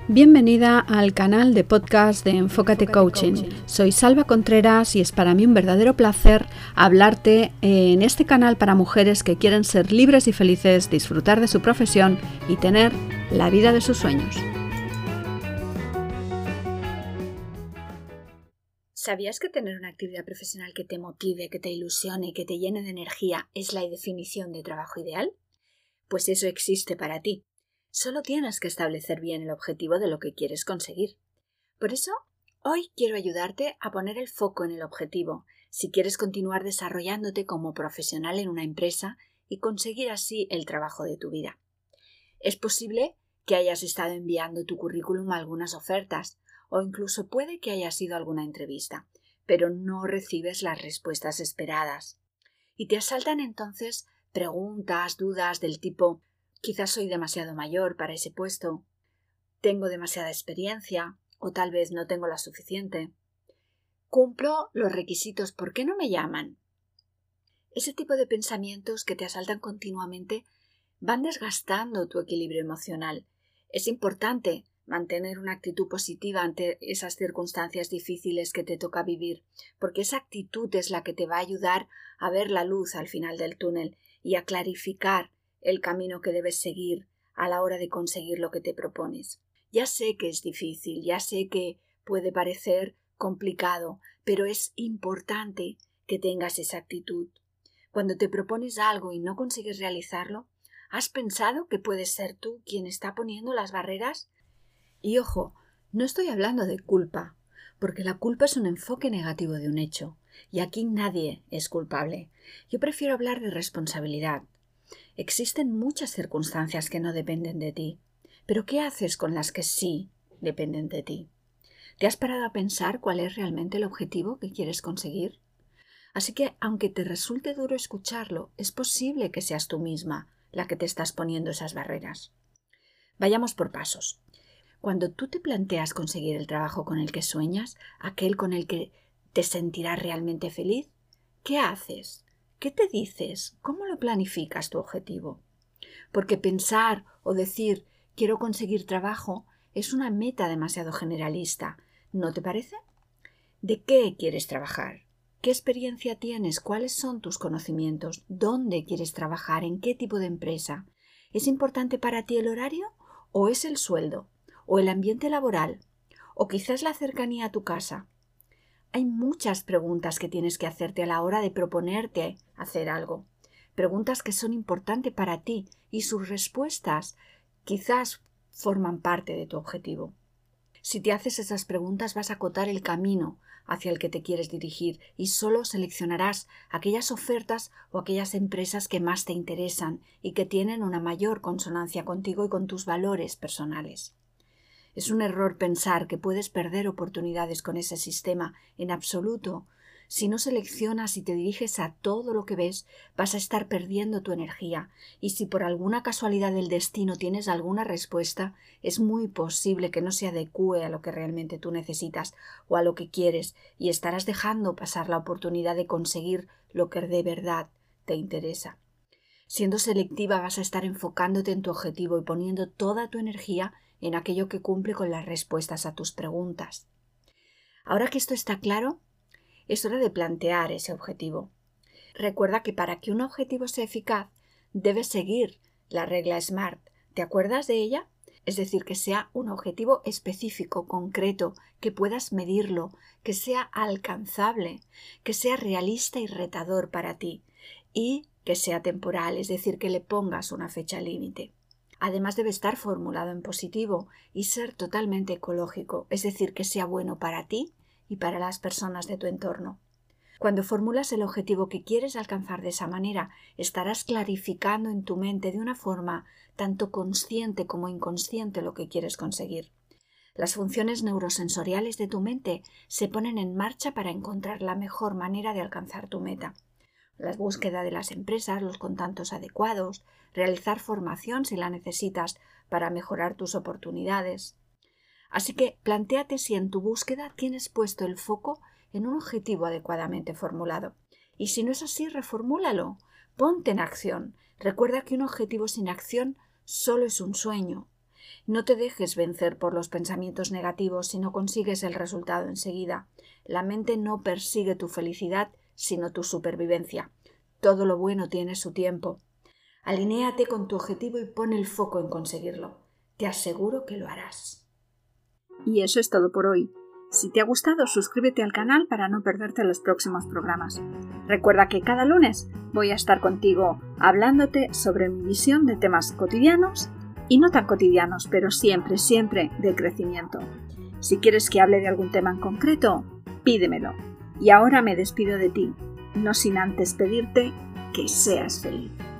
Bienvenida al canal de podcast de Enfócate Coaching. Soy Salva Contreras y es para mí un verdadero placer hablarte en este canal para mujeres que quieren ser libres y felices, disfrutar de su profesión y tener la vida de sus sueños. ¿Sabías que tener una actividad profesional que te motive, que te ilusione, que te llene de energía es la definición de trabajo ideal? Pues eso existe para ti. Solo tienes que establecer bien el objetivo de lo que quieres conseguir. Por eso, hoy quiero ayudarte a poner el foco en el objetivo, si quieres continuar desarrollándote como profesional en una empresa y conseguir así el trabajo de tu vida. Es posible que hayas estado enviando tu currículum a algunas ofertas, o incluso puede que haya sido alguna entrevista, pero no recibes las respuestas esperadas. Y te asaltan entonces preguntas, dudas del tipo: quizás soy demasiado mayor para ese puesto, tengo demasiada experiencia o tal vez no tengo la suficiente. ¿Cumplo los requisitos? ¿Por qué no me llaman? Ese tipo de pensamientos que te asaltan continuamente van desgastando tu equilibrio emocional. Es importante mantener una actitud positiva ante esas circunstancias difíciles que te toca vivir, porque esa actitud es la que te va a ayudar a ver la luz al final del túnel y a clarificar el camino que debes seguir a la hora de conseguir lo que te propones. Ya sé que es difícil, ya sé que puede parecer complicado, pero es importante que tengas esa actitud. Cuando te propones algo y no consigues realizarlo, ¿has pensado que puedes ser tú quien está poniendo las barreras? Y ojo, no estoy hablando de culpa, porque la culpa es un enfoque negativo de un hecho, y aquí nadie es culpable. Yo prefiero hablar de responsabilidad. Existen muchas circunstancias que no dependen de ti, pero ¿qué haces con las que sí dependen de ti? ¿Te has parado a pensar cuál es realmente el objetivo que quieres conseguir? Así que, aunque te resulte duro escucharlo, es posible que seas tú misma la que te estás poniendo esas barreras. Vayamos por pasos. Cuando tú te planteas conseguir el trabajo con el que sueñas, aquel con el que te sentirás realmente feliz, ¿qué haces? ¿Qué te dices? ¿Cómo lo planificas tu objetivo? Porque pensar o decir quiero conseguir trabajo es una meta demasiado generalista, ¿no te parece? ¿De qué quieres trabajar? ¿Qué experiencia tienes? ¿Cuáles son tus conocimientos? ¿Dónde quieres trabajar? ¿En qué tipo de empresa? ¿Es importante para ti el horario? ¿O es el sueldo? ¿O el ambiente laboral? ¿O quizás la cercanía a tu casa? Hay muchas preguntas que tienes que hacerte a la hora de proponerte hacer algo. Preguntas que son importantes para ti y sus respuestas quizás forman parte de tu objetivo. Si te haces esas preguntas vas a acotar el camino hacia el que te quieres dirigir y solo seleccionarás aquellas ofertas o aquellas empresas que más te interesan y que tienen una mayor consonancia contigo y con tus valores personales. Es un error pensar que puedes perder oportunidades con ese sistema. En absoluto. Si no seleccionas y te diriges a todo lo que ves, vas a estar perdiendo tu energía. Y si por alguna casualidad del destino tienes alguna respuesta, es muy posible que no se adecúe a lo que realmente tú necesitas o a lo que quieres, y estarás dejando pasar la oportunidad de conseguir lo que de verdad te interesa. Siendo selectiva vas a estar enfocándote en tu objetivo y poniendo toda tu energía en aquello que cumple con las respuestas a tus preguntas. Ahora que esto está claro, es hora de plantear ese objetivo. Recuerda que para que un objetivo sea eficaz, debes seguir la regla SMART. ¿Te acuerdas de ella? Es decir, que sea un objetivo específico, concreto, que puedas medirlo, que sea alcanzable, que sea realista y retador para ti y que sea temporal, es decir, que le pongas una fecha límite. Además debe estar formulado en positivo y ser totalmente ecológico, es decir, que sea bueno para ti y para las personas de tu entorno. Cuando formulas el objetivo que quieres alcanzar de esa manera, estarás clarificando en tu mente de una forma tanto consciente como inconsciente lo que quieres conseguir. Las funciones neurosensoriales de tu mente se ponen en marcha para encontrar la mejor manera de alcanzar tu meta. La búsqueda de las empresas, los contactos adecuados, realizar formación si la necesitas para mejorar tus oportunidades. Así que plantéate si en tu búsqueda tienes puesto el foco en un objetivo adecuadamente formulado. Y si no es así, reformúlalo. Ponte en acción. Recuerda que un objetivo sin acción solo es un sueño. No te dejes vencer por los pensamientos negativos si no consigues el resultado enseguida. La mente no persigue tu felicidad, sino tu supervivencia. Todo lo bueno tiene su tiempo. Alinéate con tu objetivo y pon el foco en conseguirlo. Te aseguro que lo harás. Y eso es todo por hoy. Si te ha gustado, suscríbete al canal para no perderte los próximos programas. Recuerda que cada lunes voy a estar contigo hablándote sobre mi visión de temas cotidianos y no tan cotidianos, pero siempre, siempre de crecimiento. Si quieres que hable de algún tema en concreto, pídemelo. Y ahora me despido de ti, no sin antes pedirte que seas feliz.